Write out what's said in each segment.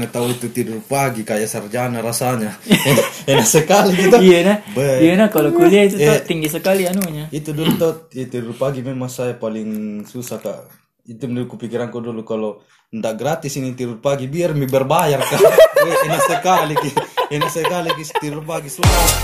kena tahu itu tidur pagi kayak sarjana rasanya. Enak sekali gitu. Iya nah kalau kuliah itu tuh tinggi sekali anunya. Itu dulu tuh tidur pagi memang saya paling susah Kak. Itu menurut pikiranku dulu kalau ndak gratis ini tidur pagi biar berbayar Kak. Enak sekali. Enak sekali tidur pagi susah.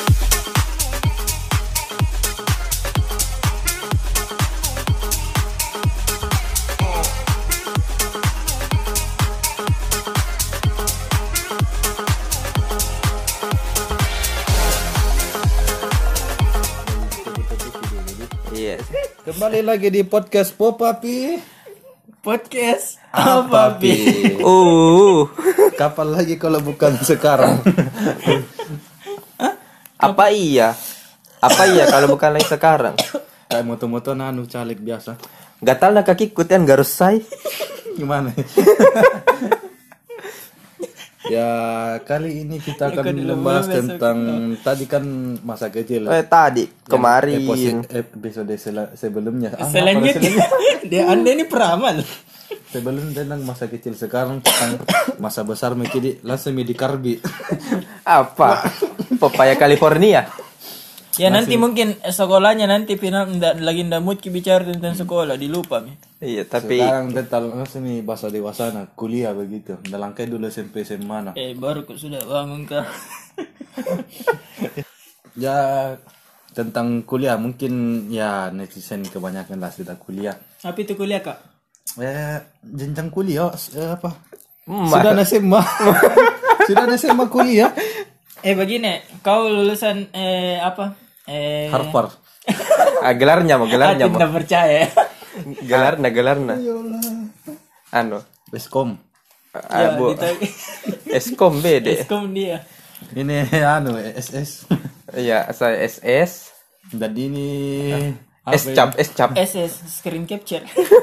Kembali lagi di podcast Popapi. Podcast apa Pi? Kapan lagi kalau bukan sekarang? Apa iya kalau bukan lagi sekarang? Kayak moto-moto nanu caleg biasa. Gatal na kaki kutian garus say. Gimana? Ya kali ini kita akan membahas tentang tadi kan masa kecil. Tadi kemarin episode sebelumnya. Selanjutnya dia Anda ini peramal. Sebelum tentang masa kecil, sekarang tentang masa besar jadi langsung di karbi. Apa? Papaya California. Ya nanti mungkin sekolahnya nanti lagi ndak mood bicara tentang sekolah dilupa mi. Iya tapi sekarang tentang langsung bahasa dewasa kuliah begitu. Nalangkai dulu SMP SMA. Baru kok sudah bangun kah? Ya tentang kuliah mungkin ya netizen kebanyakan lah sudah kuliah. Apa itu kuliah Kak? Jenjang kuliah apa? Sudah SMA. Sudah SMA kuliah. Begini, kau lulusan apa? Harvard. Gelarnya mau. Tidak percaya. Gelarnya. Anu. Eskom. Eskom beda. Eskom dia. Ini SS. Iya, saya SS. Dan ini S-cap. SS screen capture.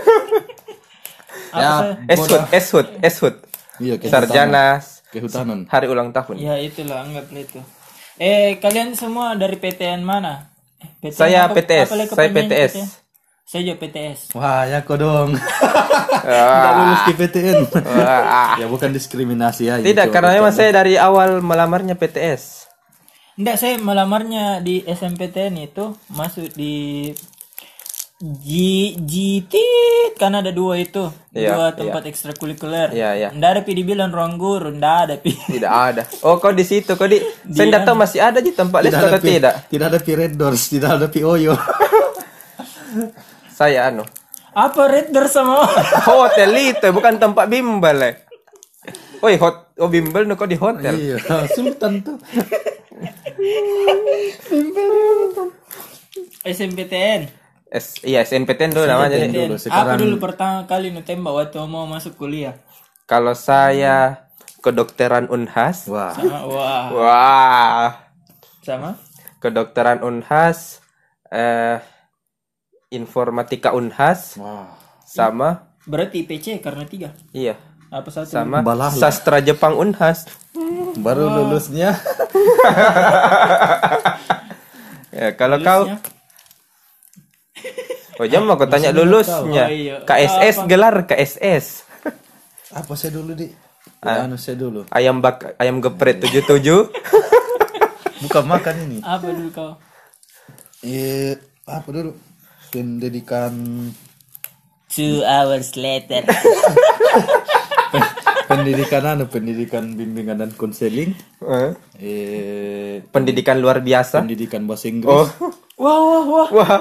Ya, S-hood. Iya, sarjana kehutanan. Hari ulang tahun. Ya itulah anggaplah itu. Kalian semua dari PTN mana? Saya PTS. Saya PTS. Saya juga PTS. Wah, ya kok dong. Tidak lulus di PTN. Ya bukan diskriminasi ya. Tidak, karena memang saya dari awal melamarnya PTS. Enggak, saya melamarnya di SMPTN itu masuk di GTIT karena ada dua itu. Dua tempat ekstrakurikuler. Iya. Enggak ada dibilang ruang guru, enggak ada Tidak ada. Oh, kau di situ, saya enggak tahu masih ada di tempat les atau tidak. Tidak ada Red Doors, tidak ada Oyo. Saya apa Red Doors sama hotel itu bukan tempat bimbel. Bimbel kok di hotel. Iya, Sultan tuh. SMPTN. Iya, SNPTN dulu namanya. Apa dulu pertama kali tembak waktu mau masuk kuliah? Kalau saya kedokteran Unhas. Sama? Kedokteran Unhas, informatika Unhas. Sama. Berarti IPC karena 3. Iya. Apa satu? Sama sastra Jepang Unhas. Baru lulusnya. Ya, kalau kau jam mau tanya lulusnya. KSS gelar KSS. Apa saya dulu saya dulu. Ayam gepret 77. Bukan makan ini. Apa dulu kau? Apa dulu? Pendidikan 2 hours later. pendidikan bimbingan dan konseling. Pendidikan luar biasa. Pendidikan bahasa Inggris. Wah.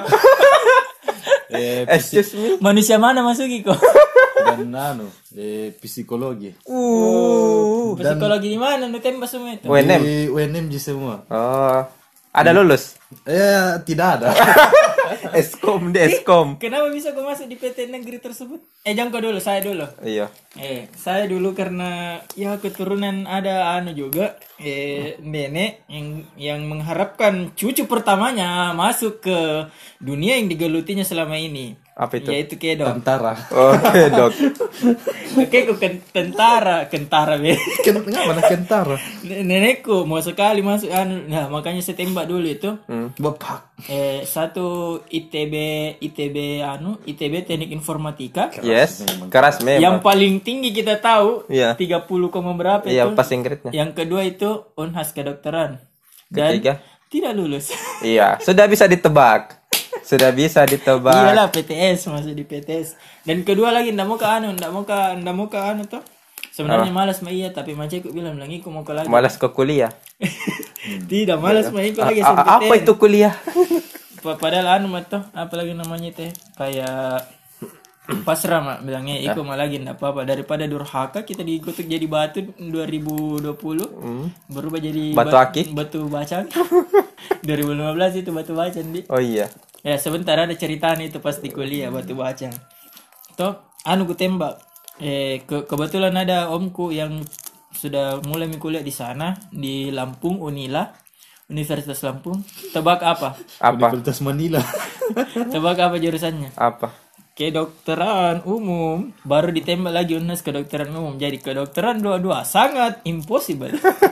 Excuse me. Manusia mana masuk kok? Dan psikologi. Psikologi di mana? Tembak semua itu. Di UNM semua. Ada lulus? Tidak ada. Eskom. Kenapa bisa kau masuk di PTN negeri tersebut? Jangan kau dulu, saya dulu. Iya. Saya dulu karena keturunan ada juga nenek yang mengharapkan cucu pertamanya masuk ke dunia yang digelutinya selama ini. Apa itu? Yaitu kedok. Tentara. Oke, Dok. Oke, kentara be. Mana kentara? Nenekku mau sekali masuk nah makanya saya tembak dulu itu. Bapak. Satu ITB Teknik Informatika. Yes. Keras memang. Yang paling tinggi kita tahu Iya. 30, berapa Iya, itu. pas Inggrisnya. Yang kedua itu Unhas Kedokteran. Dan Ketiga? tidak lulus. Iya, sudah bisa ditebak. Iyalah PTS, masuk di PTS. Dan kedua lagi ndak mau ke tuh. Sebenarnya malas mah iya, tapi macam aku bilang iku mau ke lagi. Malas ke kuliah. Tidak malas mah iku lagi Apa itu kuliah? Padahal mah tuh apa lagi namanya teh kayak pasrah mak bilangnya iku mah lagi ndak apa-apa daripada durhaka kita dikutuk jadi batu 2020 berubah jadi Batu akik? batu bacang. 2015 itu batu bacang di. Oh iya. Ya sebentar ada ceritanya itu pas di kuliah batu bacang. Toh gue tembak. Kebetulan ada omku yang sudah mulai kuliah di sana di Lampung Unila, Universitas Lampung. Tebak apa? Universitas Manila. Tebak apa jurusannya? Apa? Kedokteran umum. Baru ditembak lagi Unhas kedokteran umum. Jadi kedokteran dua-dua sangat impossible.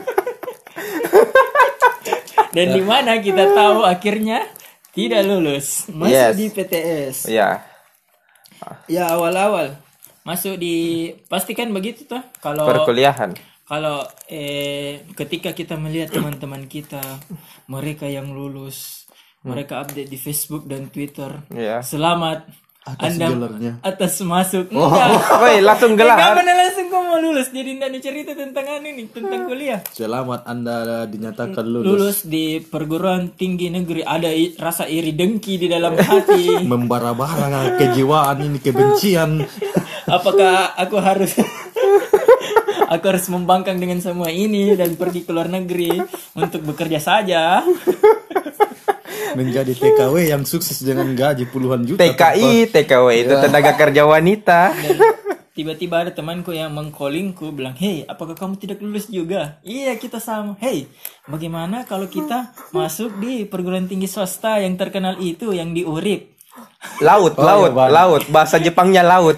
Dan di mana kita tahu akhirnya tidak lulus. Masuk di PTS. Iya. Ya awal-awal masuk di pastikan begitu tuh kalau Perkuliahan. kalau ketika kita melihat teman-teman kita mereka yang lulus mereka update di Facebook dan Twitter. Iya. Selamat Atas Anda gelarnya. atas masuk. Enggak. Woi, langsung gelar. Kapan langsung kau mau lulus? Jadi ndak cerita tentang tentang kuliah. Selamat Anda dinyatakan lulus. Lulus di perguruan tinggi negeri. Ada rasa iri dengki di dalam hati. Membara-bara kejiwaan ini, kebencian. Apakah aku harus membangkang dengan semua ini dan pergi ke luar negeri untuk bekerja saja? Menjadi TKW yang sukses dengan gaji puluhan juta. TKW itu tenaga kerja wanita. Dan tiba-tiba ada temanku yang mengcallingku bilang, "Hey, apakah kamu tidak lulus juga?" "Iya, kita sama." "Hey, bagaimana kalau kita masuk di perguruan tinggi swasta yang terkenal itu yang di Urip?" Laut. Bahasa Jepangnya laut.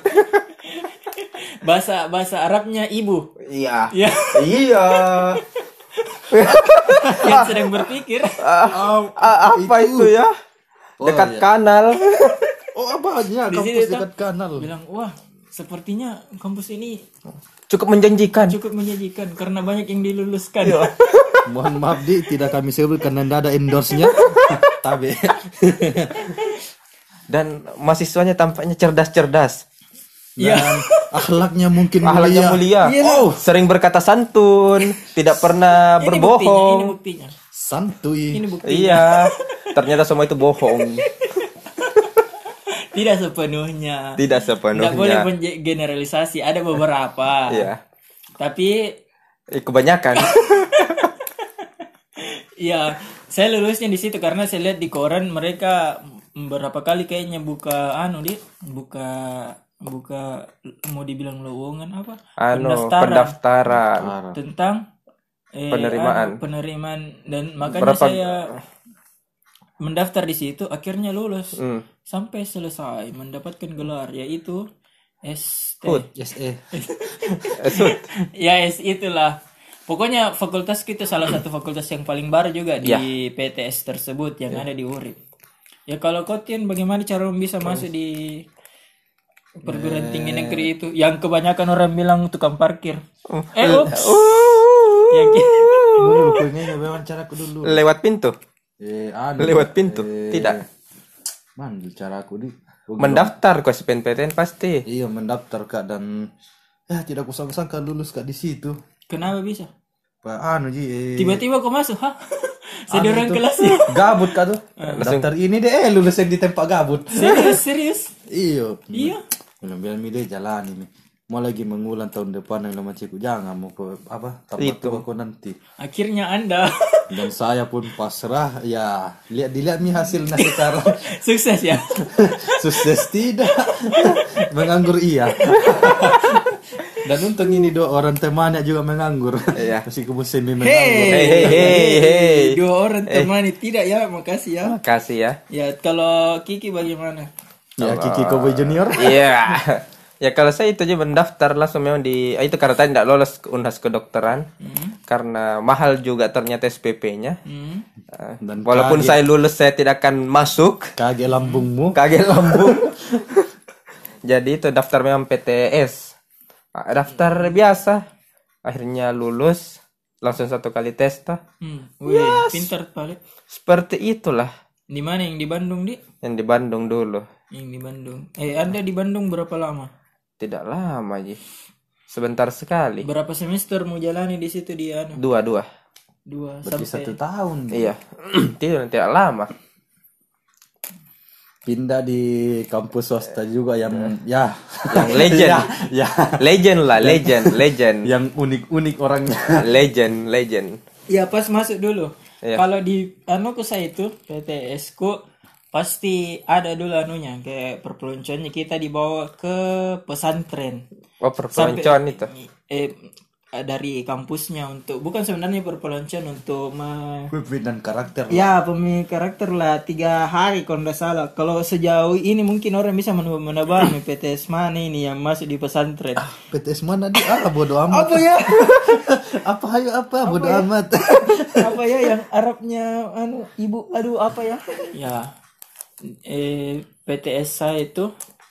Bahasa Arabnya ibu. Iya. Ya, Iya. yang sedang berpikir. Apa itu ya? Dekat kanal. Oh, apa aja Di kampus situ dekat kanal. Bilang, "Wah, sepertinya kampus ini Cukup menjanjikan. cukup menjanjikan karena banyak yang diluluskan." Mohon maaf tidak kami sebut karena tidak ada endorse-nya. Tapi Dan mahasiswanya tampaknya cerdas-cerdas. Iya. akhlaknya mungkin Akhlaknya mulia. Oh, Sering berkata santun, tidak pernah Ini berbohong. buktinya. santuy. Ini buktinya. Iya. Ternyata semua itu bohong. Tidak sepenuhnya. Tidak Nggak boleh sepenuhnya. generalisasi. Ada beberapa. Iya. Tapi Kebanyakan. ya saya lulusnya di situ karena saya lihat di koran mereka berapa kali kayaknya buka mau dibilang lowongan apa? Pendaftaran. Tentang penerimaan dan makanya saya mendaftar di situ akhirnya lulus sampai selesai mendapatkan gelar yaitu ST. Ya itulah. Pokoknya fakultas kita salah satu fakultas yang paling baru juga di PTS tersebut yang ada di Urip. Ya kalau Kotian bagaimana cara bisa masuk di perguruan tinggi negeri itu yang kebanyakan orang bilang tukang parkir. Yang Dulu pengen wawancaraku dulu. Lewat pintu. Lewat pintu. Tidak. Man, bicara aku di Mendaftar ke SNMPTN pasti. Iya, mendaftar Kak dan tidak kusangka lulus Kak di situ. kenapa bisa? Pak Tiba-tiba kok masuk, hah? Saya orang kelasnya. gabut Kak tuh. Daftar ini deh lulus yang di tempat gabut. Serius? Iya. Iya. Bilang dia jalan ini. Mau lagi mengulang tahun depan yang lama cikgu jangan mau ke tempat tua aku nanti. Akhirnya Anda Dan saya pun pasrah ya dilihat nih hasilnya sekarang. sukses ya. Sukses tidak. Menganggur iya. Dan untung ini 2 orang temannya juga menganggur. Iya. Masih musim menganggur. Hey. 2 orang temani tidak ya, makasih ya. Makasih ya. Ya kalau Kiki bagaimana? Ya Kiki Cowboy Junior. Iya. Ya kalau saya itu aja mendaftar langsung memang itu karena tadi tidak lolos ke Unhas kedokteran. Karena mahal juga ternyata SPP-nya. Dan Walaupun saya lulus saya tidak akan masuk. kaget lambungmu. Kaget lambung. Jadi itu daftar memang PTS. Daftar biasa. Akhirnya lulus. Langsung 1 kali tes toh. Wih, pintar balik. Seperti itulah. Di mana yang di Bandung, Di? Yang di Bandung dulu. Yang di Bandung. Anda di Bandung berapa lama? Tidak lama Ji. Sebentar sekali. Berapa semester mau jalani di situ di anu? 2. 2 Berarti sampai 1 tahun. Iya. tidak lama. Pindah di kampus swasta juga yang Yang legend. ya, Legend lah, legend. yang unik-unik orangnya. legend. Ya pas masuk dulu. Iya. Kalau di anu ku saya itu PTS ku pasti ada dulu anunya kayak perpeloncoannya kita dibawa ke pesantren. Oh, perpeloncoan itu. Dari kampusnya untuk bukan sebenarnya perpeloncoan untuk Pemimpinan karakter. ya pemimpin karakter lah 3 hari kalau nggak salah. Kalau sejauh ini mungkin orang bisa menebak nih PTS mana ini yang masuk di pesantren. PTS mana di bodo amat. Apa ya? apa bodo amat. Apa ya yang Arabnya anu ibu aduh apa ya? Ya PTS saya itu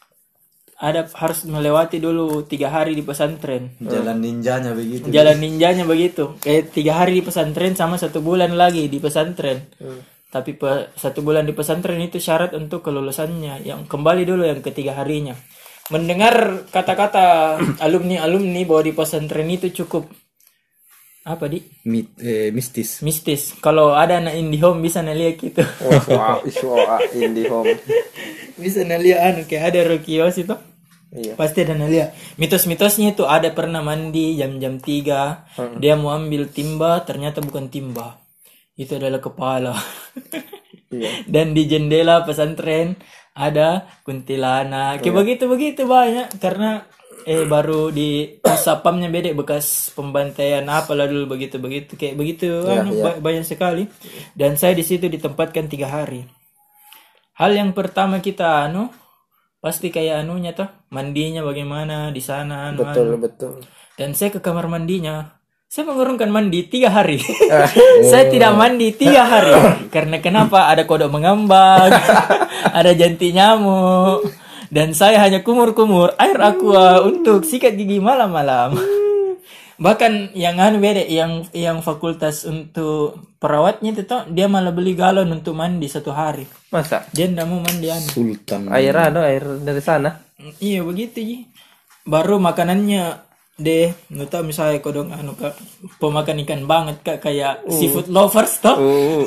harus melewati dulu 3 hari di pesantren. Jalan ninjanya begitu. Jalan ninjanya begitu. Kayak 3 hari di pesantren sama 1 bulan lagi di pesantren. Tapi 1 bulan di pesantren itu syarat untuk kelulusannya. Yang kembali dulu yang ketiga harinya. Mendengar kata-kata alumni bahwa di pesantren itu cukup apa di? Mistis. Kalau ada anak IndiHome bisa nelihat gitu. Wow, IndiHome. Bisa nelihat kayak ada Rokios itu. Iya. Pasti ada nelihat. Mitos-mitosnya itu ada pernah mandi jam 3. Dia mau ambil timba, ternyata bukan timba. Itu adalah kepala. Iya. Dan di jendela pesantren ada kuntilanak. Kayak begitu banyak karena baru di sapamnya beda bekas pembantaian apalah dulu begitu kayak begitu banyak sekali. Dan saya di situ ditempatkan 3 hari. Hal yang pertama kita pasti kayak anunya toh mandinya bagaimana di sana Betul. Dan saya ke kamar mandinya saya mengurungkan mandi 3 hari. Saya tidak mandi 3 hari karena kenapa ada kodok mengambang, ada janti nyamuk. Dan saya hanya kumur-kumur air aqua untuk sikat gigi malam-malam. Bahkan yang beda yang fakultas untuk perawatnya itu toh dia malah beli galon untuk mandi 1 hari. Masa? Dia enggak mau mandi Sultan. Air dari sana. Iya begitu Ji. Baru makanannya nggak tahu misalnya kodong pemakan ikan banget Kak kayak seafood lovers toh.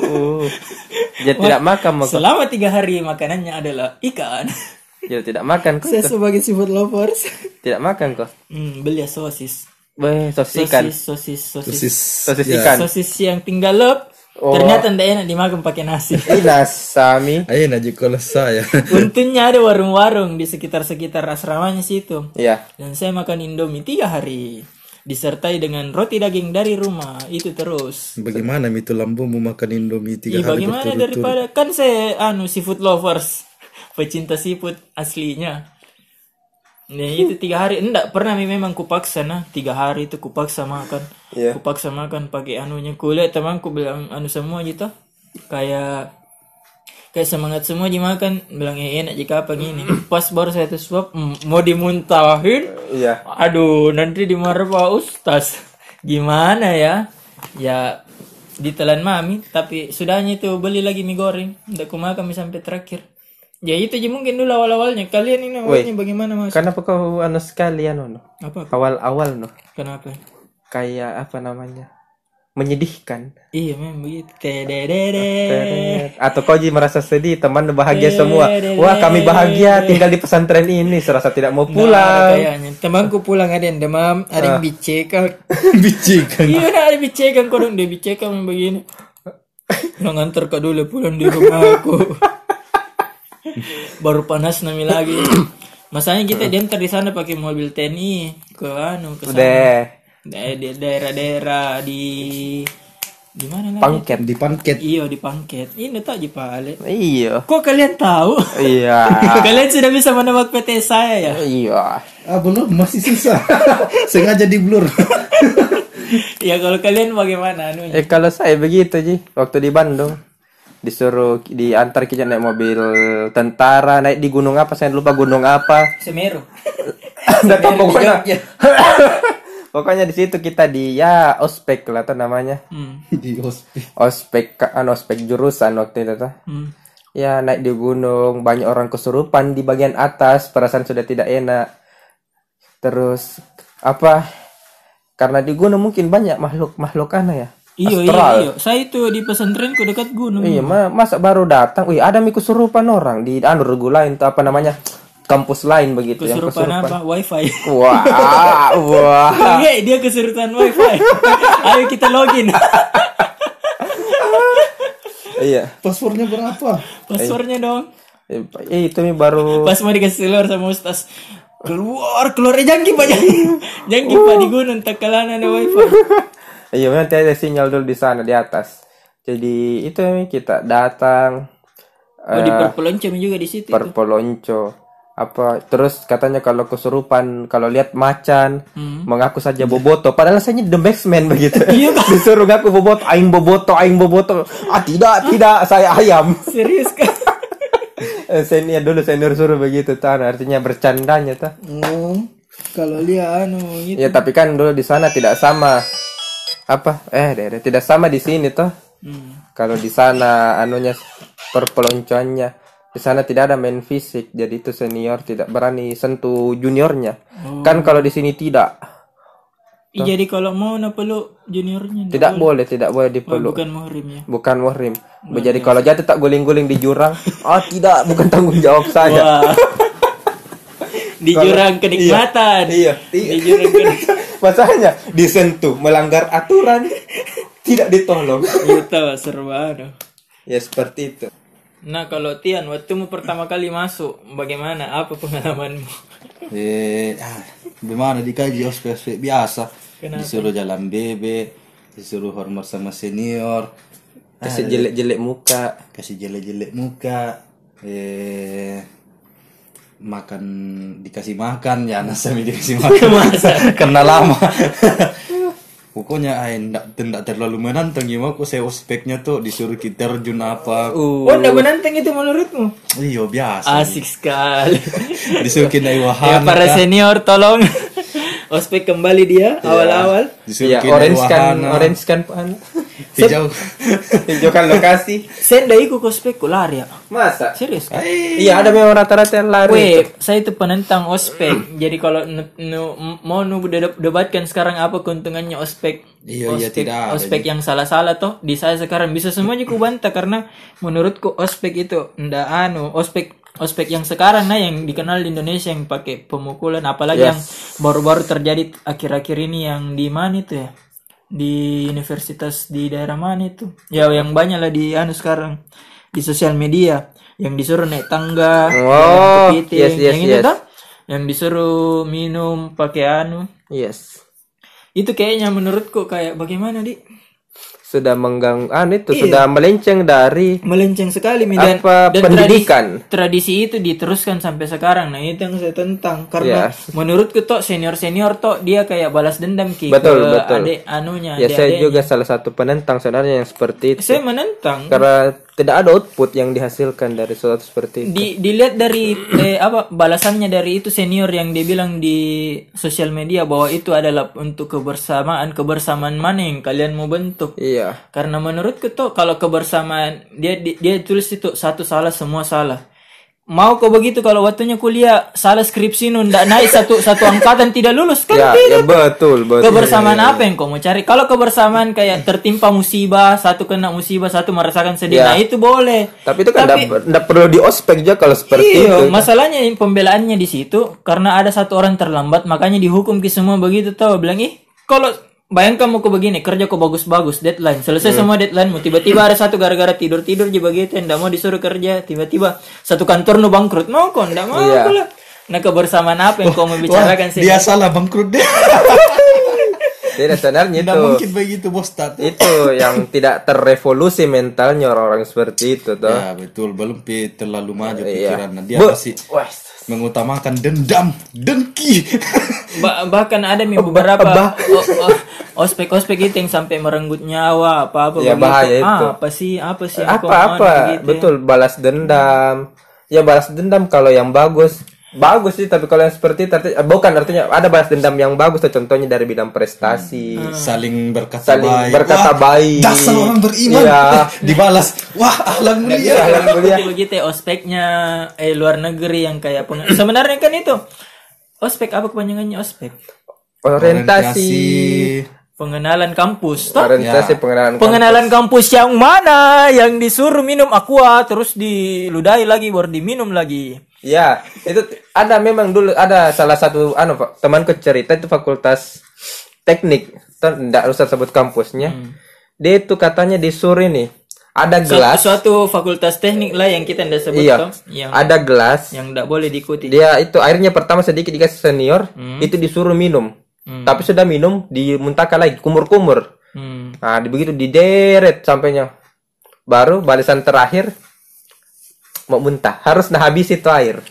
Dia tidak makan Selama 3 hari makanannya adalah ikan. Dia tidak makan kok. Saya sebagai seafood lovers. Tidak makan kok. Beli sosis. Sosis ikan. Sosis Ikan. Sosis yang tinggal lep. Ternyata tidak enak dimakan pakai nasi. Sami. Ayo aja kalau saya. Untungnya ada warung-warung di sekitar asramanya situ. Iya. Dan saya makan Indomie 3 hari. Disertai dengan roti daging dari rumah. Itu terus. Bagaimana itu lambungmu makan Indomie 3 hari Bagaimana berturut-turut? daripada kan saya seafood lovers. Pecinta seafood aslinya. Nih itu 3 hari enggak pernah memang kupaksa 3 hari itu kupaksa makan. Iya. Kupaksa makan pakai anunya kuliah temanku bilang semua gitu. Kayak semangat semua dimakan bilang enak jika apa gini. Pas baru saya tuh swab mau dimuntahin. Iya. Aduh nanti dimarah Pak Ustaz. Gimana ya? Ya ditelan mami tapi sudahnya itu beli lagi mie goreng. Udah ku makan sampai terakhir. Ya itu aja mungkin dulu awal-awalnya. Kalian ini awalnya bagaimana Mas? Kenapa kau sekali Apa? Awal-awal Kenapa? Kayak apa namanya? Menyedihkan. Iya memang begitu. Tededede. Atau kau merasa sedih, teman bahagia semua. Wah, kami bahagia tinggal di pesantren ini, serasa tidak mau pulang. Kayaknya temanku pulang ada yang demam, ada yang bicekan. Bicikan. Iya, ada bicekan kodong dia bicekan memang begini. Yang nganter kau dulu pulang di rumahku. Baru panas nami lagi. Masanya kita diantar di sana pakai mobil TNI ke sana. Udah. Di daerah-daerah di Di mana lagi? Pangket. Di Panket. Iya di Pangket. Ini tak Pak Ale. Iya. Kok kalian tahu? Iya. Kalian sudah bisa menebak PT saya ya? Iya. Belum, masih susah. Sengaja di blur. Ya kalau kalian bagaimana anunya? Kalau saya begitu Ji, waktu di Bandung disuruh diantar kita naik mobil tentara, naik di gunung apa, saya lupa gunung apa. Semeru. Nggak tahu pokoknya. Pokoknya di situ kita di ospek lah tuh namanya. Di ospek. Ospek jurusan waktu itu tuh. Ya naik di gunung, banyak orang kesurupan di bagian atas, perasaan sudah tidak enak. Terus karena di gunung mungkin banyak makhluk aneh ya. Iya. Saya itu di pesantrenku dekat gunung. Iya, masa baru datang. Wih, ada kesurupan orang di regu lain tuh apa namanya? Kampus lain begitu yang Kesurupan apa? Wifi. Wah. Oke, dia kesurupan wifi. Ayo kita login. Iya. Passwordnya berapa? Passwordnya dong. Itu nih baru. Pas mau dikasih keluar sama Ustaz. Keluar jangkip Pak. Jangkip Pak di gunung takalan ada wifi. Iya, nanti ada sinyal dulu di sana di atas. Jadi itu nih kita datang. Di Perpelonco juga di situ. Perpelonco. Terus katanya kalau kesurupan, kalau lihat macan, mengaku saja boboto, padahal saya the baseman begitu. Iya kan? Disuruh ngaku boboto, aing boboto. Tidak, saya ayam. Serius kan? Senior suruh begitu, artinya bercandanya tuh. Kalau lihat gitu. Ya tapi kan dulu di sana tidak sama. Tidak sama di sini tuh. Kalau di sana perpeloncoannya. Di sana tidak ada main fisik, jadi itu senior tidak berani sentuh juniornya. Kan kalau di sini tidak. Jadi kalau mau peluk juniornya tidak boleh dipeluk. Bukan muhrim. Jadi kalau jatuh tak guling-guling di jurang, tidak, bukan tanggung jawab saya. Wah. Di jurang kenikmatan. Iya. Di jurang kenikmatan. Masalahnya disentuh, melanggar aturan, tidak ditolong. Itu seru banget. Ya seperti itu. Nah kalau Tian, waktumu pertama kali masuk, bagaimana? Apa pengalamanmu? Gimana dikaji ospek biasa. Kenapa? Disuruh jalan bebek, disuruh hormat sama senior, Kasih jelek-jelek muka. Makan, dikasih makan ya, nasami dikasih makan. Karena lama. Pokoknya tidak terlalu menantang gimana kok saya ospeknya tuh disuruh kita terjun apa. Tidak menantang itu menurutmu? Iya biasa. Asik sekali. Disuruh kita wahana. Ya para senior tolong ospek kembali dia awal-awal. Ya orange kan hijaukan lokasi. Saya ndak ikut ospek lari ya. Masa? Serius kan? Iya ada memang rata-rata yang lari. Saya itu penentang ospek. Jadi kalau mau debatkan sekarang apa keuntungannya ospek? Iya tidak. Ospek yang salah-salah toh di saya sekarang bisa semuanya ku bantah karena menurutku ospek itu ndak ospek yang sekarang yang dikenal di Indonesia yang pakai pemukulan, apalagi yang baru-baru terjadi akhir-akhir ini yang di mana itu ya, di universitas di daerah mana itu ya, yang banyak lah di sekarang di sosial media yang disuruh naik tangga, yang disuruh minum pakai itu kayaknya menurutku kayak bagaimana sudah sudah melenceng sekali dan pendidikan. Tradisi itu diteruskan sampai sekarang. Nah, itu yang saya tentang karena menurutku senior dia kayak balas dendam betul. adik anunya. Ya saya juga salah satu penentang sebenarnya yang seperti itu. Saya menentang karena tidak ada output yang dihasilkan dari sesuatu seperti itu. Dilihat dari balasannya dari itu senior yang dia bilang di sosial media bahwa itu adalah untuk kebersamaan mana yang kalian mau bentuk. Iya. Karena menurutku kalau kebersamaan dia tulis itu satu salah semua salah. Mau kok begitu kalau waktunya kuliah salah skripsi ndak naik satu angkatan tidak lulus kan? Ya betul. Kebersamaan apa yang kau mau cari? Kalau kebersamaan kayak tertimpa musibah, satu kena musibah, satu merasakan sedih, nah itu boleh. Tapi itu kan enggak perlu di ospek juga kalau seperti itu. Masalahnya pembelaannya di situ karena ada satu orang terlambat makanya dihukum ke semua begitu bilang kalau bayangkan mau begini, kerja kok bagus-bagus, deadline. Selesai semua deadline, tiba-tiba ada satu gara-gara tidur-tidur aja begitu, ndak mau disuruh kerja, tiba-tiba satu kantor bangkrut. Mau kok ndak mau pula. Nah, kebersamaan apa yang kau membicarakan sih? Dia salah bangkrut deh. Tidak, sebenarnya Tidak itu mungkin begitu bos Tat. itu yang tidak terrevolusi mentalnya orang-orang seperti itu toh. Ya betul, belum terlalu maju Iya. pikirannya. Dia Bu- masih Wah, mengutamakan dendam, dengki. Bahkan ada beberapa ospek-ospek itu yang sampai merenggut nyawa apa Ya, begitu. bahaya itu. Apa sih yang kau mau apa begitu ya. betul balas dendam. Ya balas dendam kalau yang bagus sih, tapi kalau yang seperti itu bukan, artinya ada balas dendam yang bagus tuh, contohnya dari bidang prestasi, Saling berkata baik. berkata Wah, baik. dasar orang beriman. Iya. Dibalas. Wah, akhlak mulia. Begitu ospeknya luar negeri yang kayak sebenarnya kan itu ospek, apa kepanjangannya ospek? Orientasi Pengenalan kampus toh? orientasi Pengenalan kampus yang mana yang disuruh minum aqua terus diludahi lagi baru diminum lagi. Ya, itu ada, memang dulu ada salah satu Pak, temanku cerita itu fakultas teknik, tidak usah sebut kampusnya. Dia itu katanya disuruh nih, ada gelas. Suatu fakultas teknik lah yang kita tidak sebut Iya, toh, yang ada gelas. yang tidak boleh diikuti. Dia itu airnya pertama sedikit dikasih senior, itu disuruh minum. Tapi sudah minum dimuntahkan lagi, kumur-kumur. Nah, begitu dideret sampainya. Baru balasan terakhir mau muntah, harus habis itu air.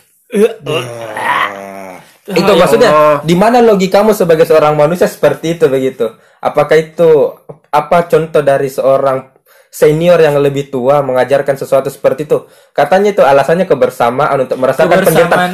Itu maksudnya di mana logikamu sebagai seorang manusia seperti itu begitu? Apakah itu apa contoh dari seorang senior yang lebih tua mengajarkan sesuatu seperti itu? Katanya itu alasannya kebersamaan untuk merasakan penderitaan.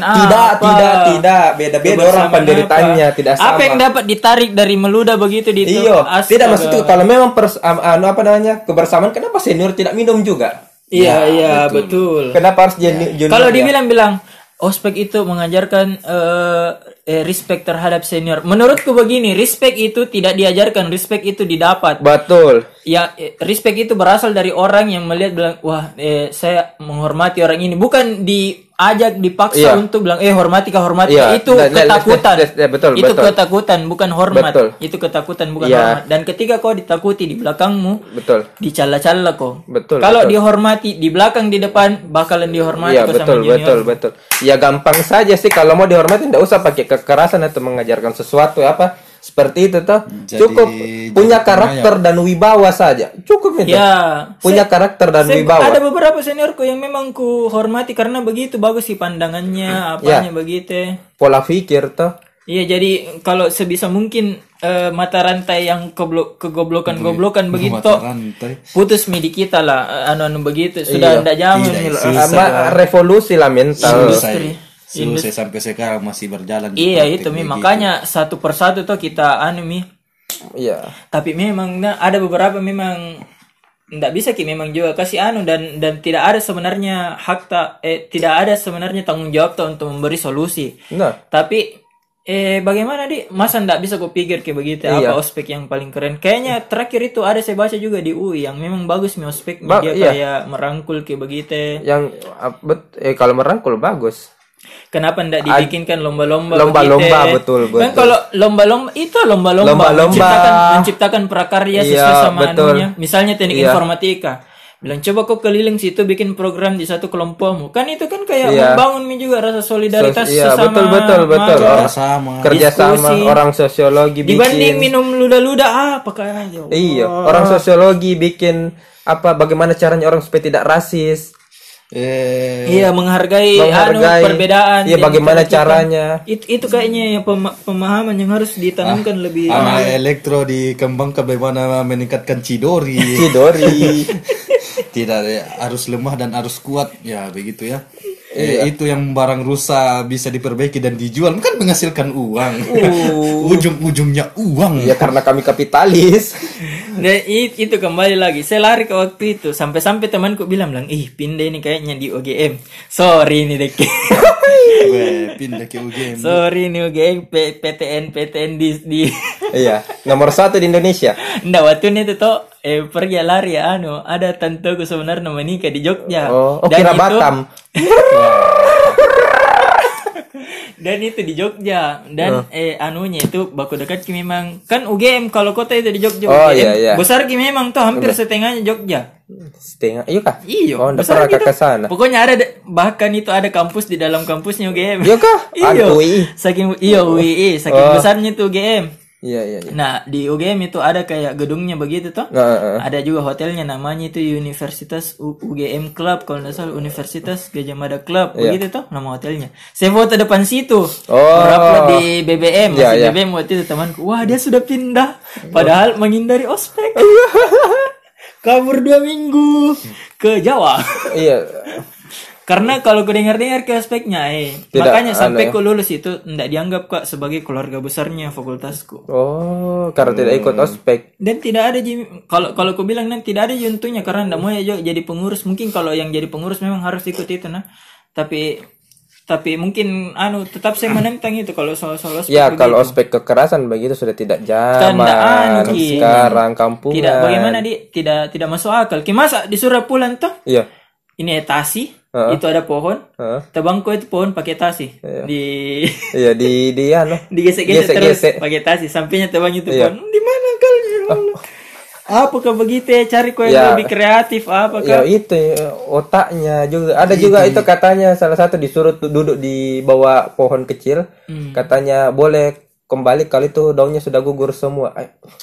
Tidak, beda-beda orang penderitaannya, tidak sama. Apa yang dapat ditarik dari meludah begitu di itu? Iya, tidak maksud itu kalau memang kebersamaan, kenapa senior tidak minum juga? Iya, betul. Kenapa harus junior? Kalau dibilang ospek itu mengajarkan respect terhadap senior. Menurutku begini, respect itu tidak diajarkan, respect itu didapat. Betul. Ya, respect itu berasal dari orang yang melihat bilang, wah, saya menghormati orang ini. Bukan diajak, dipaksa untuk bilang, hormati. Iya. Itu ketakutan. Betul, itu betul. ketakutan, bukan hormat. Betul. Itu ketakutan, bukan Iya. hormat. Dan ketika kau ditakuti di belakangmu, Betul. dicala-cala kau. Betul, Kalau betul. dihormati di belakang, di depan, bakalan dihormati Iya, kau sama junior. betul. Ya gampang saja sih kalau mau dihormati, tidak usah pakai kekerasan atau mengajarkan sesuatu apa seperti itu toh. Cukup punya karakter dan wibawa saja. Cukup itu. Ya, Punya karakter dan wibawa. ada beberapa seniorku yang memang ku hormati karena begitu bagus sih pandangannya, apanya begitu. Pola pikir toh. Iya, jadi kalau sebisa mungkin mata rantai yang kegoblokan begitu Mata rantai. putus midi kita lah, anu begitu sudah tidak zaman Revolusi lah mental. Selesai sampai sekarang masih berjalan. Iya, praktik itu begitu. makanya satu persatu tuh kita Iya. tapi memang ada beberapa memang tidak bisa memang juga kasih dan tidak ada sebenarnya tidak ada sebenarnya tanggung jawab untuk memberi solusi. Nah, Tapi bagaimana masa ndak bisa gue pikir kayak begitu? Iya. Apa ospek yang paling keren? Kayaknya terakhir itu ada saya baca juga di UI yang memang bagus nih ospek, dia iya. kayak merangkul kayak begitu. yang kalau merangkul bagus. Kenapa ndak dibikinkan lomba-lomba Lomba-lomba, begitu? betul. Kan kalau lomba-lomba itu menciptakan prakarya Iya, sesuai sama betul. anunya. Misalnya teknik Iya. informatika. Bilang coba kau keliling situ bikin program di satu kelompokmu. Kan itu kan kayak Iya. membangun juga rasa solidaritas Iya, sesama betul. mahasiswa. Sama. Kerjasama Diskusi. orang sosiologi Dibanding bikin. minum luda-luda pakai aja. Iya, orang sosiologi bikin bagaimana caranya orang supaya tidak rasis. Iya, menghargai perbedaan. Iya, yang bagaimana kita- caranya. Itu kayaknya yang pemahaman yang harus ditanamkan lebih. Anak elektro dikembangkan bagaimana meningkatkan cidori. Tidak harus lemah dan harus kuat. Ya, begitu ya. Itu yang barang rusak bisa diperbaiki dan dijual kan menghasilkan uang. Ujung-ujungnya uang. Ya karena kami kapitalis. Dan itu kembali lagi. Saya lari ke waktu itu sampai temanku bilang, pindah ini kayaknya di UGM. Sorry nih dek. Pindah ke UGM. Sorry nih UGM PTN di Iya, nomor 1 di Indonesia. Nggak, waktu itu tuh pergi lari ada tanteku sebenarnya menikah di Jogja. Oh, Dan kira itu- Batam. Dan itu di Jogja dan anunya itu baku dekat memang kan UGM kalau kota itu di Jogja. Oh, UGM. iya. Besar memang tuh hampir setengahnya Jogja. Setengah, iya kah? Iya. Oh, enggak besar pernah gitu. ke sana. Pokoknya bahkan itu ada kampus di dalam kampusnya UGM. Iya kah? Iya. UI. Saking UI, saking besarnya tuh UGM. Iya. Nah, di UGM itu ada kayak gedungnya begitu toh. Ada juga hotelnya namanya itu Universitas UGM Club kalau nggak salah, Universitas Gajah Mada Club begitu toh nama hotelnya. Saya foto depan situ. Upload di BBM, masih BBM waktu itu temanku. Wah, dia sudah pindah padahal menghindari ospek. Kabur 2 minggu ke Jawa. Iya. Karena kalau ku dengar-dengar ke aspeknya, makanya sampai ku lulus itu tidak dianggap Kak sebagai keluarga besarnya fakultasku. Oh, karena tidak ikut ospek. Dan tidak ada kalau ku bilang nanti tidak ada untungnya karena tidak mau jadi pengurus. Mungkin kalau yang jadi pengurus memang harus ikut itu nah. Tapi mungkin tetap saya menentang itu kalau soal ospek. Ya, kalau ospek kekerasan begitu sudah tidak zaman. Sekarang kampungan. Tidak bagaimana tidak masuk akal. Masa disuruh pulang toh? Iya. Ini etasi. Itu ada pohon, tebangku itu pohon pakai tasi, digesek-gesek terus pakai tasi, sampainya tebang itu pohon. Di mana kalian? Apakah begitu ya? Cari kau yang lebih kreatif apakah? Ya itu otaknya juga. Ada juga itu katanya salah satu disuruh duduk di bawah pohon kecil, katanya boleh kembali kalau itu daunnya sudah gugur semua.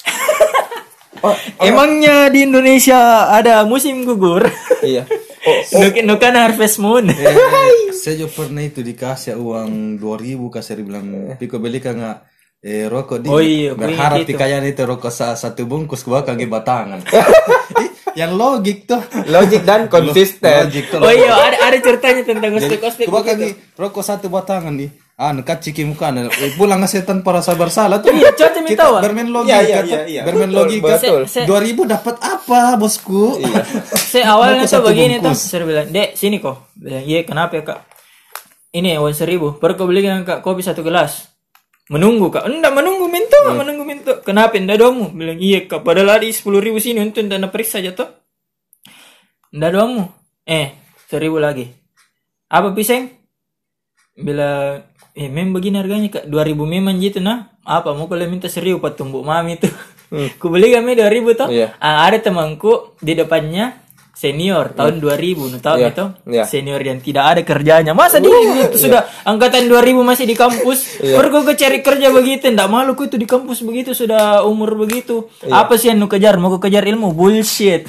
Emangnya di Indonesia ada musim gugur? Iya. Nukan Harvest Moon. Saya juga pernah itu dikasih uang 2.000 kasih bilang piko beli kan rokok di berharap dikayaan itu rokok satu bungkus gua kaki batangan. Yang logik tuh. Logik dan konsisten. Ada ceritanya tentang ospek. Gua kaki rokok satu batangan nih. Kaciki muka pulang setan para sabar salah tuh. Iya, coba minta wa. Bermain logika. Bermain logika. 2.000 dapat apa, bosku? Iya. Saya awalnya tuh begini tuh, saya bilang, "Dek, sini kok." Bilang, "Iya, kenapa ya, Kak?" Ini uang 1.000. Baru kau belikan Kak kopi 1 gelas. Menunggu Kak. Enggak menunggu minta. Kenapa enggak domu? Bilang, "Iya, Kak, padahal ada 10.000 sini untuk dana periksa aja tuh." Enggak domu. 1.000 lagi. Apa pisang? Bilang memang begini harganya Kak 2.000 memang gitu nah. Apa mau kalian minta 1.000 buat tumbuk mami tuh. Ku beli kami 2.000 tuh. Ada temanku di depannya senior tahun 2000 tahu itu senior yang tidak ada kerjanya. Masa dia itu sudah angkatan 2000 masih di kampus. Pergi ke cari kerja begitu. Ndak malu ku itu di kampus begitu sudah umur begitu. Apa sih yang lu kejar? Mau kejar ilmu? Bullshit.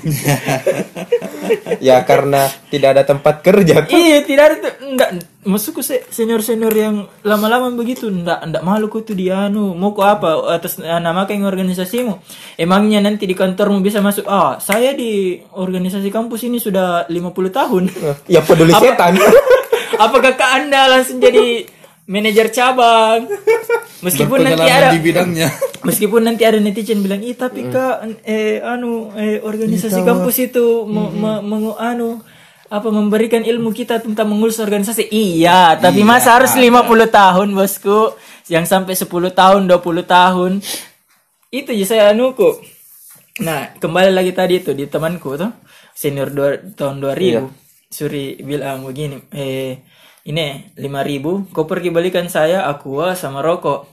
Ya karena tidak ada tempat kerja tuh. Iya, tidak ada tuh. Enggak, maksudku senior-senior yang lama-lama begitu enggak malu ku tuh dia mau ku apa atas nama kayak organisasimu. Emangnya nanti di kantormu bisa masuk? Saya di organisasi kampus ini sudah 50 tahun. Ya peduli setan. Apakah Kak Anda langsung jadi manajer cabang? Meskipun nanti ada di bidangnya. Meskipun nanti ada netizen bilang, tapi Kak organisasi kampus itu memberikan ilmu kita tentang mengurus organisasi. Iya, tapi masa harus 50 tahun, bosku? Yang sampai 10 tahun, 20 tahun. Itu aja saya anuku. Nah, kembali lagi tadi itu di temanku tuh, senior tahun 2000. Suri bilang begini, ini 5.000, kau pergi balikan saya aqua sama rokok.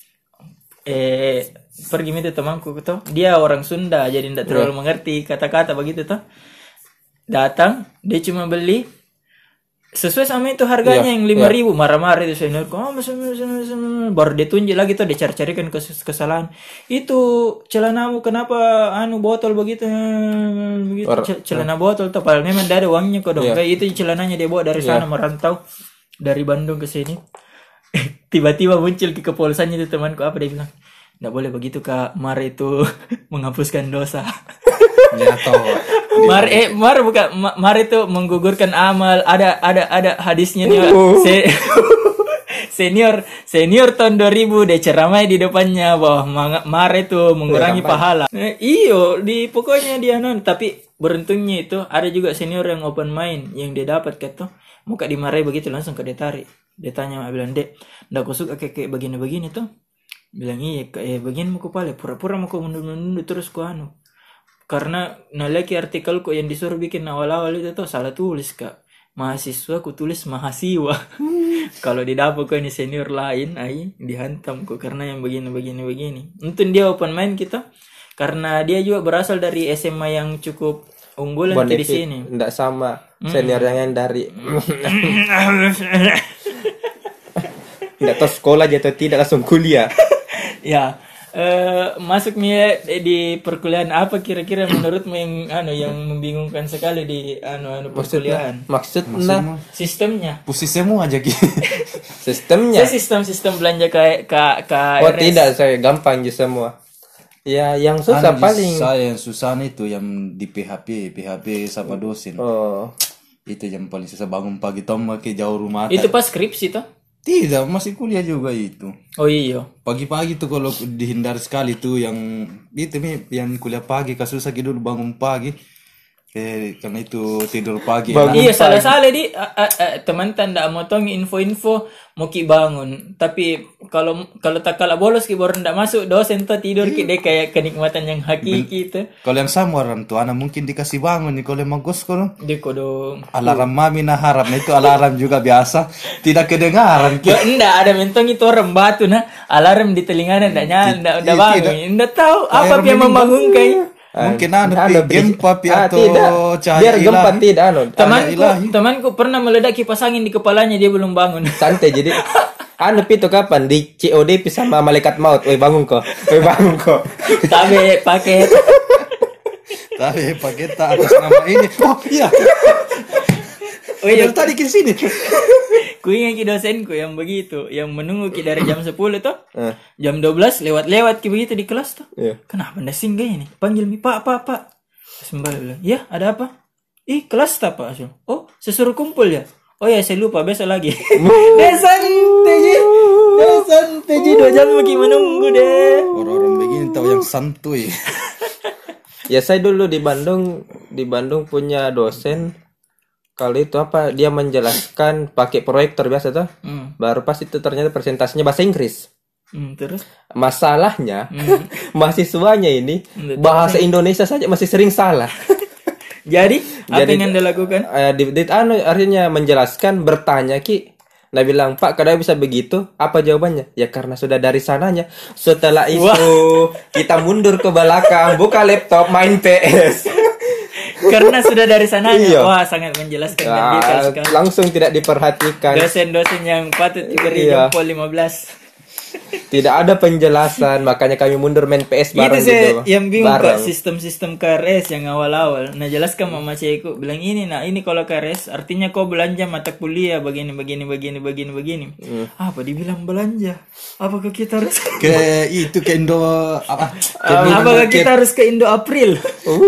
Pergi minta temanku tuh, dia orang Sunda jadi tidak terlalu mengerti kata-kata begitu tuh. Datang, dia cuma beli sesuai sama itu harganya yang 5.000. Marah-marah itu seniorku. Baru dia tunjuk lagi tuh, dia cari-carikan kesalahan. Itu celanamu kenapa botol begitu? Celana botol tuh padahal memang ada uangnya kok dong. Kayak itu celananya dia bawa dari sana merantau dari Bandung ke sini. Tiba-tiba muncul ke kepolisiannya itu temanku, apa dia bilang? Nggak boleh begitu Kak, Mar itu menghapuskan dosa. Mar itu menggugurkan amal. Ada hadisnya nih. Senior tahun 2000 dia ceramai di depannya bahwa Mar itu mengurangi pahala. Pokoknya dia tapi beruntungnya itu ada juga senior yang open mind yang dia dapat gitu. Muka dimarahi begitu langsung ke dia tarik. Dia tanya, bilang, "Dek, ndak aku suka kayak begini-begini tuh." Bilang, "Iya, begini mau pale pura-pura mau mundur-mundur terus ku Karena lagi artikelku yang disuruh bikin awal-awal itu tuh salah tulis Kak. Mahasiswa ku tulis mahasiswa. Kalau didapur ke ini senior lain, dihantam kok karena yang begini. Untung dia open mind kita. Karena dia juga berasal dari SMA yang cukup unggulan di sini. Enggak sama senior yang dari enggak tahu sekolah atau tidak langsung kuliah. Ya. Masuk Mia di perkuliahan apa kira-kira menurutmu yang membingungkan sekali di perkuliahan? Maksudnya Sistemnya. Pusing semua aja Ki. sistemnya. Saya sistem belanja KRS. Oh tidak, saya gampang aja semua. Ya, yang susah paling. Saya yang susah itu yang di PHP sama dosen. Oh. Itu yang paling susah, bangun pagi Tom ke jauh rumah. Itu pas skripsi toh? Tidak, masih kuliah juga itu. Oh iya. Pagi-pagi tuh kalau dihindar sekali tuh yang itu nih yang kuliah pagi kasusah dulu bangun pagi. Karena itu tidur pagi. Iya salah di teman tanda motong info-info mau ki bangun. Tapi kalau tak kalah bolos ki baru ndak masuk dosen tuh tidur ki deh kayak kenikmatan yang hakiki itu. Kalau yang sama orang tua anak mungkin dikasih bangun nih kalau emang gos kalau Di kodong. alarm mami nah harap itu alarm juga biasa tidak kedengaran. Ya enggak ada mentong itu orang batu nah alarm di telinganya enggak nyala enggak bangun. Enggak tahu apa yang membangunkan. Mungkin gempa atau tidak. cahaya Biar gempa ilahi. tidak Temanku pernah meledak kipas angin di kepalanya dia belum bangun. santai jadi itu kapan di COD sama malaikat maut. Woi bangun kok. Tapi paket. Tapi paket atas nama ini. Oh iya. Oh iya Tadi ke sini. Ku ingat ki dosenku yang begitu, yang menunggu ki dari jam 10 tuh. Jam 12 lewat ki begitu di kelas tuh. Iya. Kenapa ndak singgah ini? Panggil mi, Pak. Sembal bilang, "Ya, ada apa?" "Ih, kelas tak, Pak." Asal. "Oh, saya suruh kumpul ya." "Oh ya, saya lupa, besok lagi." Santai ji 2 jam lagi menunggu deh. Orang-orang begini tahu yang santuy. Ya saya dulu di Bandung punya dosen. Kalau itu apa dia menjelaskan pakai proyektor biasa tuh. Baru pas itu ternyata presentasinya bahasa Inggris. Terus Masalahnya mahasiswanya ini bahasa Indonesia saja masih sering salah. Jadi apa yang Anda lakukan? Artinya menjelaskan bertanya Ki. Nah bilang Pak kadang bisa begitu. Apa jawabannya? Ya karena sudah dari sananya. Setelah itu kita mundur ke belakang, buka laptop, main PS. Karena sudah dari sananya. Iya. Wah sangat menjelaskan dan detail sekali. Langsung tidak diperhatikan. Dosen-dosen yang patut diberi jempol 15. Tidak ada penjelasan, makanya kami mundur main PS bareng itu gitu. Yang bingung Kak, sistem-sistem KRS yang awal-awal. Nah jelaskan mama cewekku bilang ini kalau KRS artinya kau belanja mata kuliah begini. Apa dibilang belanja? Apakah kita harus ke Indo apakah kita harus ke Indo April?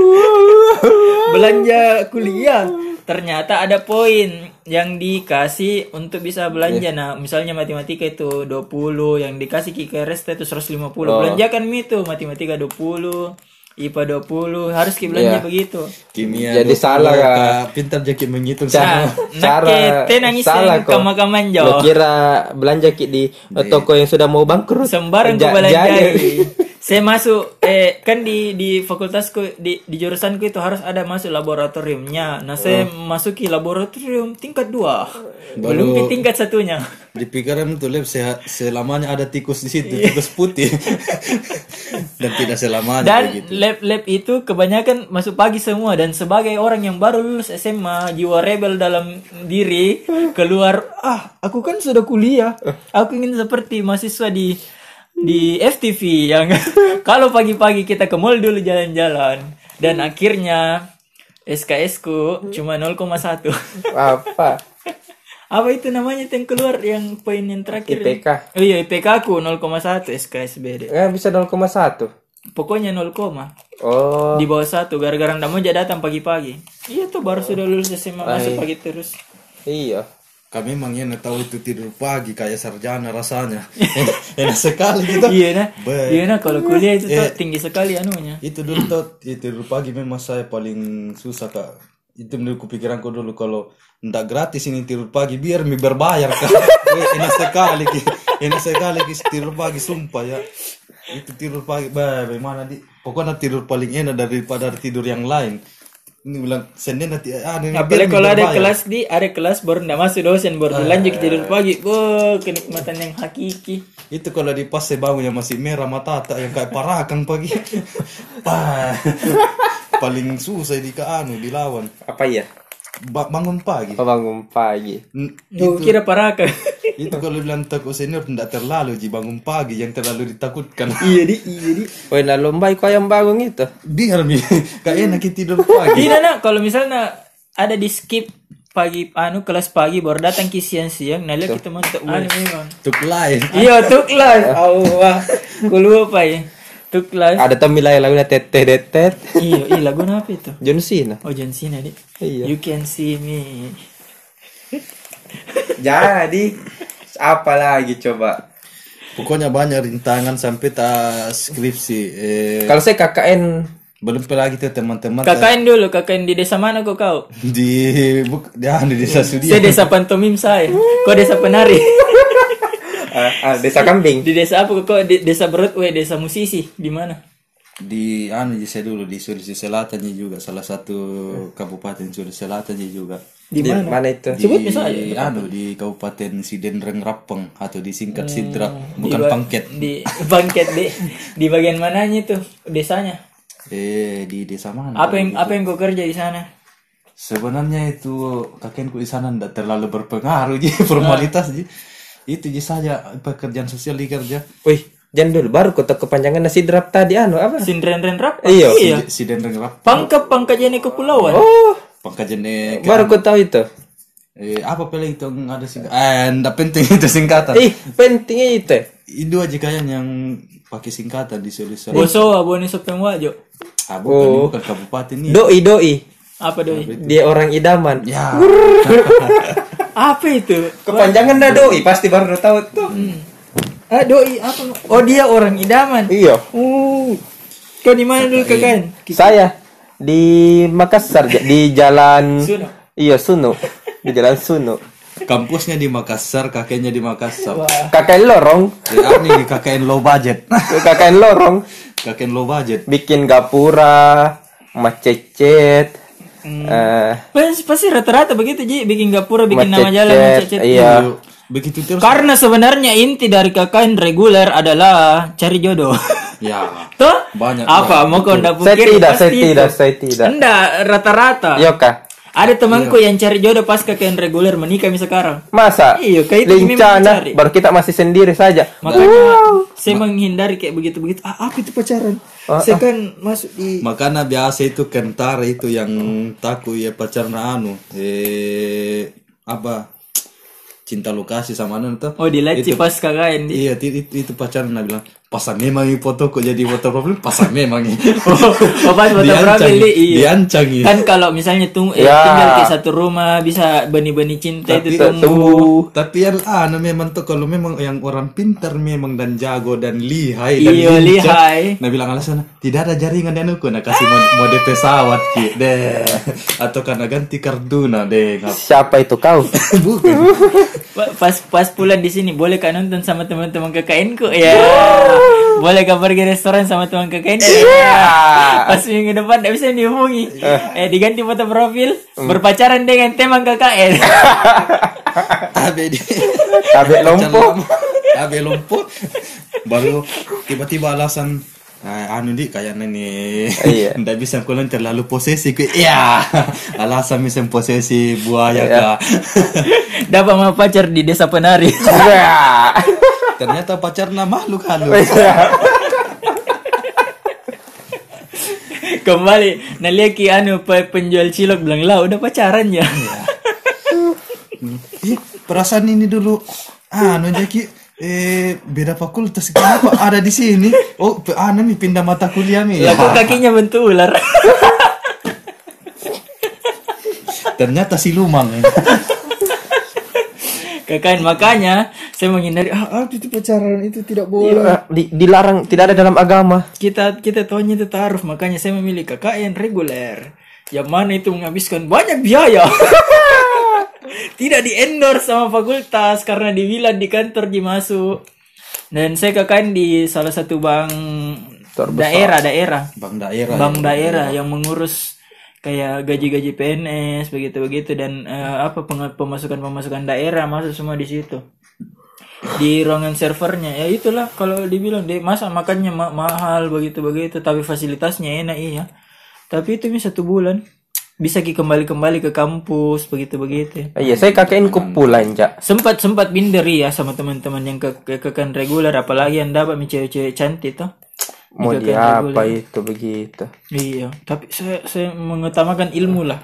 Belanja kuliah. Ternyata ada poin yang dikasih untuk bisa belanja. Nah, misalnya matematika itu 20, yang dikasih KRS itu 150. Belanjakan itu matematika 20, IPA 20, harus belanja begitu. Kimia jadi 20, salah Kak. Pintar jadi menghitung cara salah kok. Kama-kaman lo kira belanja di toko yang sudah mau bangkrut. Sembarang ke belanjai. Saya masuk kan di fakultasku di jurusanku itu harus ada masuk laboratoriumnya. Nah, saya masuki laboratorium tingkat 2. Belum di tingkat 1-nya. Di pikiran itu lab selamanya ada tikus di situ, tikus putih. Dan tidak selamanya dan begitu. Lab itu kebanyakan masuk pagi semua, dan sebagai orang yang baru lulus SMA, jiwa rebel dalam diri keluar, aku kan sudah kuliah. Aku ingin seperti mahasiswa di FTV yang kalau pagi-pagi kita ke mall dulu jalan-jalan, dan akhirnya SKS ku cuma 0,1. Apa itu namanya yang keluar yang poin yang terakhir? IPK. Oh iya, IPK ku 0,1 SKS BD. Bisa 0,1. Pokoknya 0, oh. Di bawah 1 gara-gara ndak mau datang pagi-pagi. Iya tuh baru sudah lulus SMA masuk pagi terus. Iya. Kami memang tahu itu tidur pagi kayak sarjana rasanya. Enak sekali gitu. Iya nah kalau kuliah itu tuh tinggi sekali anunya. Itu dulu tuh tidur pagi memang saya paling susah Kak. Itu menurut pikiranku dulu kalau ndak gratis ini tidur pagi biar berbayar Kak. Enak sekali tidur pagi sumpah ya. Itu tidur pagi bagaimana pokoknya tidur paling enak daripada tidur yang lain. Ini bilang Senin nanti apalagi kalau ada kelas baru ndak masuk dosen baru lanjut tidur pagi. Kenikmatan yang hakiki. Itu kalau di pas saya bangun yang masih merah mata yang kayak parakan pagi. Paling susah dilawan. Apa ya? bangun pagi. Bangun pagi. Lu kira paraka. Itu kalau bilang takut senior tidak terlalu bangun pagi yang terlalu ditakutkan. Iya di. Woi, nah lomba kau yang bangun itu. Biar mi kayak enak tidur pagi. Tidak nak, kalau misalnya ada di skip pagi kelas pagi baru datang ke siang-siang, nah lihat kita mantap memang. Tuk lain. Iya, tuk lah. Allah. Ku lupa ya. Tuk lah. Ada temilai lagunya tetet. Iya, lagu apa itu? John Cena. Oh, John Cena, Dik. Iya. You can see me. Jadi apa lagi coba? Pokoknya banyak rintangan sampai tak skripsi. Kalau saya KKN Belum pernah gitu teman-teman. KKN di desa mana kau? Di desa Sudia. Saya desa pantomim saya. Kau desa penari. desa kambing. Di desa apa kok? Desa Broadway, desa musisi. Di mana? Di saya dulu di Sulawesi Selatan juga, salah satu kabupaten Sulawesi Selatan juga. Di mana? Itu? Sebut misalnya. Di Kabupaten Sidenreng Rappeng atau disingkat Sidrap, bukan Pangket. Di Pangket di bagian mananya itu desanya? Di desa mana? Apa yang kau kerja di sana? Sebenarnya itu kakekku di sana tidak terlalu berpengaruh formalitas itu saja pekerjaan sosial dikerja. Wih, jangan dulu baru kau tahu kepanjangan Sidrap tadi apa? Sindren Rap. Iya. Sidenreng Rappeng. Pangkat jadi kepulauan. Oh, Pangkajene baru kau tahu itu. apa pala itu yang ada singkatan? Enggak penting itu singkatan. Pentingnya itu. Itu aja kayaknya yang pakai singkatan di Sulawesi. Boso abone sopeng wajo. Bukan kabupaten ini. Doi. Apa doi? Dia orang idaman. Ya. Apa itu? Kepanjangan dah doi, pasti baru tahu tuh. Doi apa? Oh, dia orang idaman. Iya. Kau di mana dulu kakak? Saya di Makassar di jalan Suno. Iya, Suno. Di jalan Suno. Kampusnya di Makassar, kakeknya di Makassar. KKN lorong. Ini KKN low budget. KKN lorong. KKN low budget. Bikin gapura, macecet. Pasti rata-rata begitu Ji, bikin gapura, bikin nama jalan, macet. Iya. Begitu terus. Karena sebenarnya inti dari KKN reguler adalah cari jodoh. Ya. Tuh? Banyak. Apa? Mau kau ndak pikir Saya tidak. Enggak, rata-rata. Iya kah? Ada temanku yang cari jodoh pas KKN reguler menikah sekarang. Masa? Iya, kayak itu memang Lencana, cari. baru kita masih sendiri saja. Makanya saya menghindari kayak begitu-begitu. Apa itu pacaran? Saya kan masuk di Makanya biasa itu kentara itu yang takut ya pacaran apa cinta lokasi sama tuh. Oh, di Leci pas KKN. Iya, itu pacaran nah bilang pasang memang ini foto kok jadi foto profil pasang memang ini. Oh, pas foto profil iya. Diancang Kan kalau misalnya tinggal di satu rumah bisa benih-benih cinta tapi, itu tumbuh. Tapi yang memang tuh kalau memang yang orang pintar memang dan jago dan lihai dan Iya, lihai. Nah bilang alasan tidak ada jaringan dan aku nak kasih mode pesawat deh atau karena ganti karduna deh. Siapa itu kau? Bukan. Pas pulang di sini boleh kan nonton sama teman-teman KKN ku ya. Boleh kah pergi restoran sama teman KKN ku? Pas minggu depan tidak bisa dihubungi. Diganti foto profil berpacaran dengan teman KKN. Abe lumpuh. Baru tiba-tiba alasan kayaknya nih ndak bisa kulen terlalu posesif. Iya. Alasan misal posesi buaya kah. Dapat mau pacar di desa penari. Ternyata pacarnya makhluk halus. Kembali naliaki penjual cilok bilang lah udah pacaran ya. Perasaan ini dulu Jaki beda fakultas kenapa ada di sini? Oh, nih pindah mata kuliah nih. Lah kok kakinya bentuk ular. Ternyata siluman. KKN makanya saya menghindari itu pacaran itu tidak boleh. Dilarang, tidak ada dalam agama. Kita tahunya itu taaruf, makanya saya memilih KKN reguler. Yang mana itu menghabiskan banyak biaya. Tidak di-endorse sama fakultas karena dibilang di kantor dimasuk. Dan saya KKN di salah satu bank daerah. Bank daerah yang mengurus kayak gaji-gaji PNS begitu dan pemasukan daerah masuk semua di situ. Di ruangan servernya ya itulah kalau dibilang masa makannya mahal begitu tapi fasilitasnya enak iya. Tapi itu 1 bulan bisa kembali ke kampus begitu. Iya, saya KKN kumpulan, Jak. Sempat minder ya sama teman-teman yang kekan reguler, apalagi yang dapat cewek-cewek cantik tuh. Mau dia apa itu begitu. Iya, tapi saya mengutamakan ilmu lah.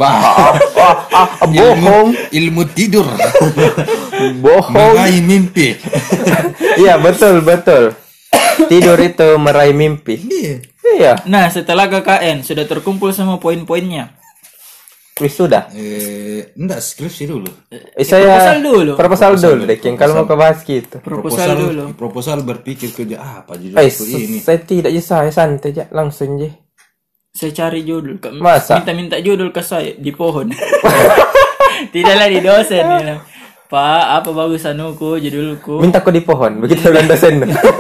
Bohong. Ilmu tidur. Bohong. Meraih mimpi. Iya, betul. Tidur itu meraih mimpi. Iya. Nah, setelah KKN sudah terkumpul semua poin-poinnya. Wisuda. Enggak, skripsi dulu. Proposal dulu. Deh, kalau mau ke bahas gitu. Proposal dulu. Proposal berpikir kerja apa judul ini. Saya tidak saya santai aja langsung aja. Saya cari judul. Masa? Minta judul ke saya di pohon. Tidaklah di dosen nih. Pak, apa bagusanuku judulku? Minta kok di pohon, begitu bilang dosen.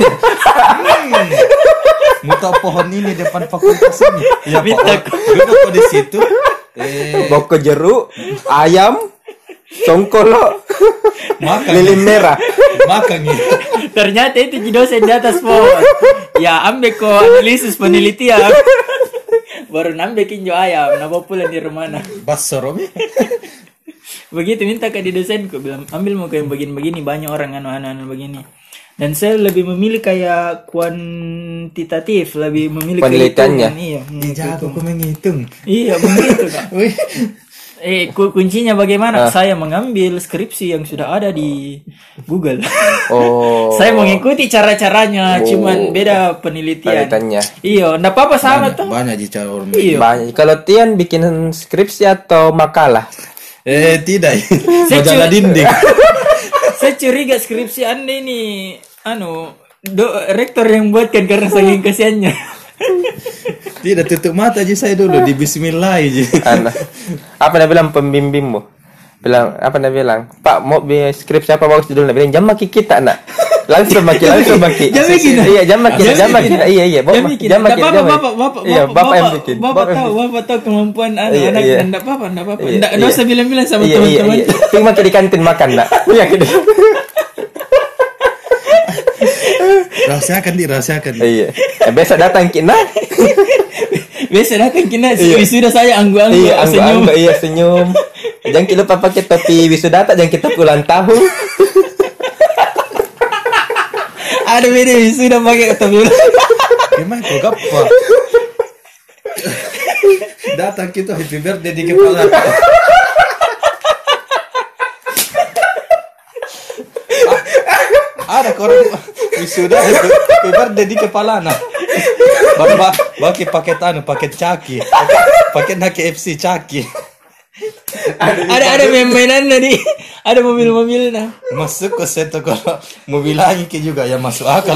Muta pohon ini depan fakultas ini. Ya, minta duduk kok di situ. Boko jeruk, ayam, songkolo, lilin merah. Makan gitu. Ternyata itu dosen di atas pohon. Ya, ambil kok analisis penelitian. Baru nambah kinjo ayam, nambah pulang di rumah. Basoromi. Begitu minta ke di dosenku, bilang ambil mau kayak begini banyak orang anu begini. Dan saya lebih memilih kayak kuantitatif, lebih memilih penelitiannya. Iya, Jago aku menghitung. Iya, begitu Kak. Kuncinya bagaimana? Saya mengambil skripsi yang sudah ada di Google. Oh. Saya mengikuti cara-caranya, cuman beda penelitiannya. Iya, enggak apa-apa sama tuh. Banyak cara orang. Iya. Banyak. Kalau Tian bikin skripsi atau makalah? Tidak. Majalah dinding. Saya curiga skripsi Anda ini rektor yang buatkan karena saking kasihannya. Tidak, tutup mata aja saya dulu di bismillah aja. Apa dia bilang pembimbingmu? Apa dia bilang? Pak, mau skripsi apa bagus judulnya? Bilang jam maki kita nak. Langsung maki. Jam maki. Iya, jam maki. Iya. Jam maki. Bapak yang bikin. Bapak tahu kemampuan anak-anak dan enggak apa-apa. Enggak usah bilang-bilang sama Iya. teman-teman. Tinggal maki di kantin makan nak. Iya gitu. Rahasiakan. Iya. Besok datang kina. Wisuda saya anggu-anggu. Iya, senyum. Iya, senyum. Jangan kita lupa pakai topi wisuda, jangan kita ulang tahun. Ada beda wisuda pakai topi. Gimana kok gapa? Datang kita happy birthday di kepala. Ada korang wisuda happy birthday di kepala nah. Pakai paket caki. Pakai nak KFC caki. Ada mainan tadi. Ada mobil-mobil nah. Masuk ke seto kalau mobil lagi juga ya masuk akal.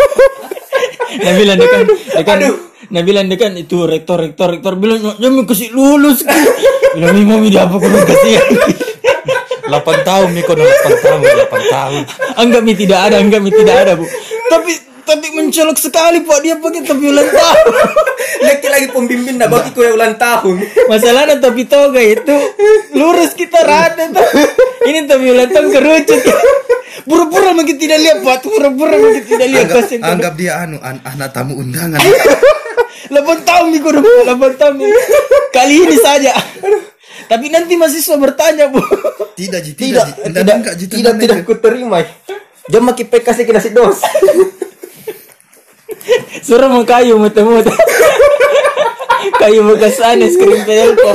Nabilan dekan itu rektor bilang jangan kasih lulus. Bilang mau dia apa kurang kasih. 8 tahun Miko 8 tahun. Anggap tidak ada, Bu. Tapi mencolok sekali Pak dia pakai topi ulang tahun. Lagi pembimbing nak bagi kue ulang tahun. Masalahnya topi toga itu lurus kita rada tuh. Ini topi ulang tahun kerucut. Pura-pura makin tidak lihat Pak, pura-pura makin tidak lihat. Anggap dia anak tamu undangan. 8 tahun Miko, 8 tahun. Kali ini saja. Tapi nanti mahasiswa bertanya, Bu. Tidak aku terima. Jom maki PK sih kena si dos. Suruh mau kayu muter-muter. Kayu bekas es krim pelpop.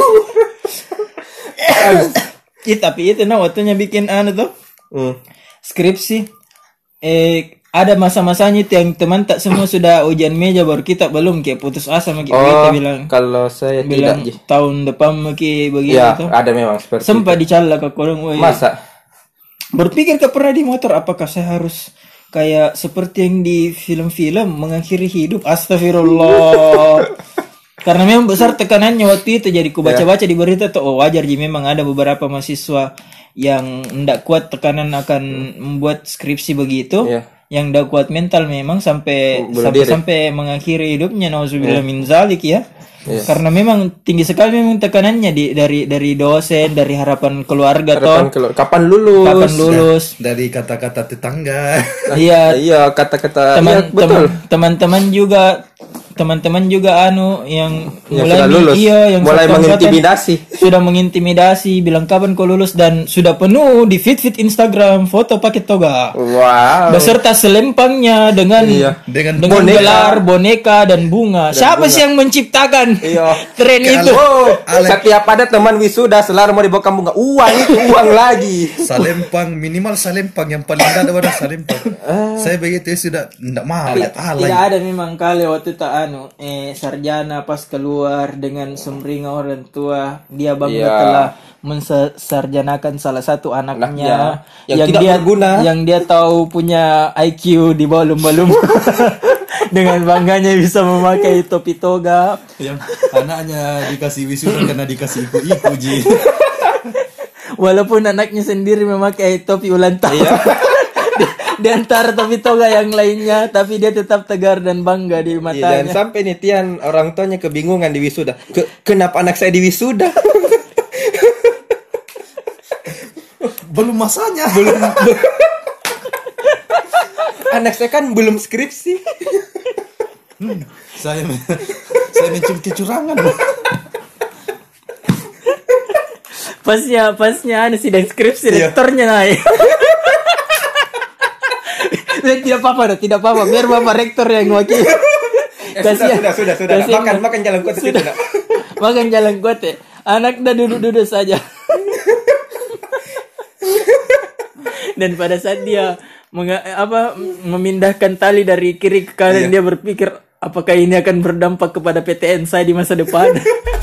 Tapi itu waktunya bikin tuh. Skripsi. Ada masa-masanya yang teman tak semua sudah ujian meja baru kita belum kayak putus asa kita bilang. Kalau saya bilang tidak tahun depan begitu. Ya, ada memang seperti sempat dicala ke korang. Masa? Berpikir ke pernah di motor apakah saya harus kayak seperti yang di film-film mengakhiri hidup? Astagfirullah. Karena memang besar tekanannya waktu itu. Jadi ku baca-baca di berita tuh wajar jadi memang ada beberapa mahasiswa yang tidak kuat tekanan akan membuat skripsi begitu. Yang tidak kuat mental memang sampai mengakhiri hidupnya. Nauzubillah min zalik ya. Karena memang tinggi sekali memang tekanannya dari dosen, dari harapan keluarga kapan lulus dari kata-kata tetangga. Iya kata-kata teman-teman juga teman-teman juga yang Yang mulai sudah lulus. yang Mulai satu angkatan mengintimidasi. sudah mengintimidasi, bilang kapan kau lulus, dan sudah penuh di feed Instagram foto pakai toga Wow. beserta selempangnya dengan Dengan boneka. gelar, boneka dan bunga. Siapa sih yang menciptakan Iya. tren itu? Oh, setiap ada teman wisuda selalu mau dibawa bunga. Uang itu uang lagi. salempang, minimal salempang yang paling ada pada salempang. Saya begitu ya sudah tidak mau lihat alay. Tidak ada memang kali waktu itu sarjana pas keluar dengan sumringah orang tua, dia bangga Iya. telah mensarjanakan salah satu anaknya Yang tidak berguna. yang dia tahu punya IQ di bawah lumba-lumba. Dengan bangganya bisa memakai topi toga. Yang anaknya dikasih wisuda karena dikasih iku-iku ji. Walaupun anaknya sendiri memakai topi ulang tahun. Iya. Di antara topi toga yang lainnya, tapi dia tetap tegar dan bangga di Iya, dan matanya. sampai nih Tian orang tuanya kebingungan di wisuda. Kenapa anak saya di wisuda? Belum masanya. Anak saya kan belum skripsi. Saya mencium kecurangan. Pasnya sidang skripsi rektornya naik. Tidak apa-apa, biar bapak rektor yang wakil. Sudah. Makan jalan kota sudah. Makan jalan kote. Anak dah duduk-duduk saja. Dan pada saat dia memindahkan tali dari kiri ke kanan, dia berpikir apakah ini akan berdampak kepada PTN saya di masa depan.